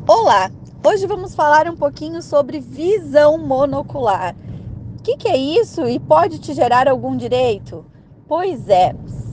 Olá! Hoje vamos falar um pouquinho sobre visão monocular. O que é isso e pode te gerar algum direito? Pois é,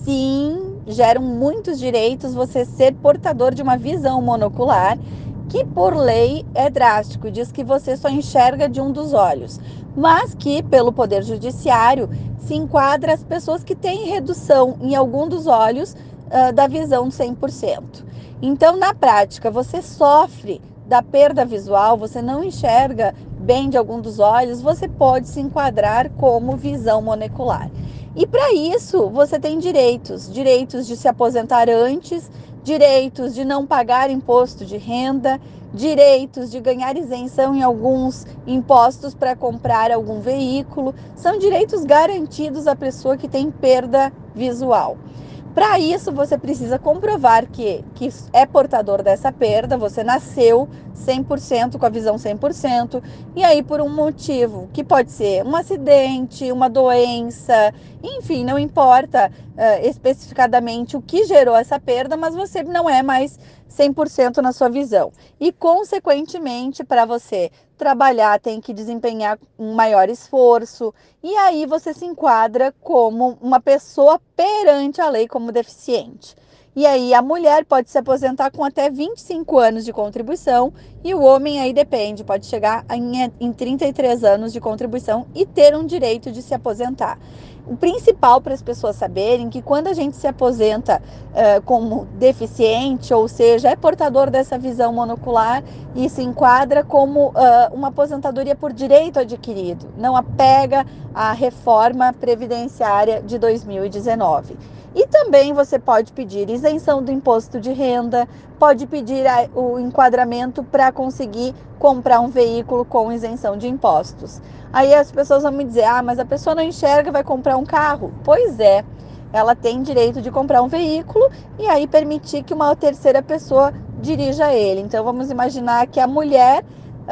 sim, geram muitos direitos você ser portador de uma visão monocular, que por lei é drástico, diz que você só enxerga de um dos olhos, mas que pelo Poder Judiciário se enquadra as pessoas que têm redução em algum dos olhos da visão 100%. Então, na prática, você sofre da perda visual, você não enxerga bem de algum dos olhos, você pode se enquadrar como visão monocular. E para isso, você tem direitos de se aposentar antes, direitos de não pagar imposto de renda, direitos de ganhar isenção em alguns impostos para comprar algum veículo. São direitos garantidos à pessoa que tem perda visual. Para isso, você precisa comprovar que é portador dessa perda, você nasceu 100% com a visão 100%, e aí por um motivo, que pode ser um acidente, uma doença, enfim, não importa especificadamente o que gerou essa perda, mas você não é mais 100% na sua visão. E, consequentemente, para você trabalhar, tem que desempenhar um maior esforço, e aí você se enquadra como uma pessoa perante a lei como deficiente. E aí a mulher pode se aposentar com até 25 anos de contribuição e o homem aí depende, pode chegar em 33 anos de contribuição e ter um direito de se aposentar. O principal para as pessoas saberem que quando a gente se aposenta como deficiente, ou seja, é portador dessa visão monocular e se enquadra como uma aposentadoria por direito adquirido, não apega à reforma previdenciária de 2019. E também você pode pedir isenção do imposto de renda, pode pedir o enquadramento para conseguir comprar um veículo com isenção de impostos. Aí as pessoas vão me dizer, mas a pessoa não enxerga e vai comprar um carro. Pois é, ela tem direito de comprar um veículo e aí permitir que uma terceira pessoa dirija ele. Então vamos imaginar que a mulher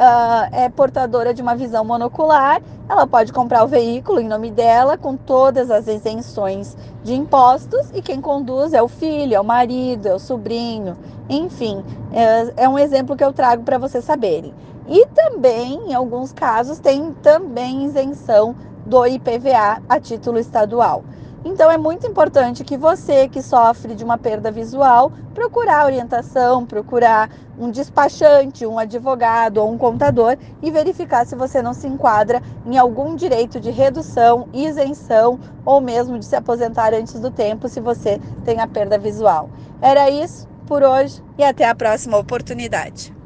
é portadora de uma visão monocular, ela pode comprar o veículo em nome dela, com todas as isenções de impostos, e quem conduz é o filho, é o marido, é o sobrinho, enfim, é um exemplo que eu trago para vocês saberem. E também, em alguns casos, tem também isenção do IPVA a título estadual. Então é muito importante que você que sofre de uma perda visual procurar orientação, procurar um despachante, um advogado ou um contador e verificar se você não se enquadra em algum direito de redução, isenção ou mesmo de se aposentar antes do tempo se você tem a perda visual. Era isso por hoje e até a próxima oportunidade.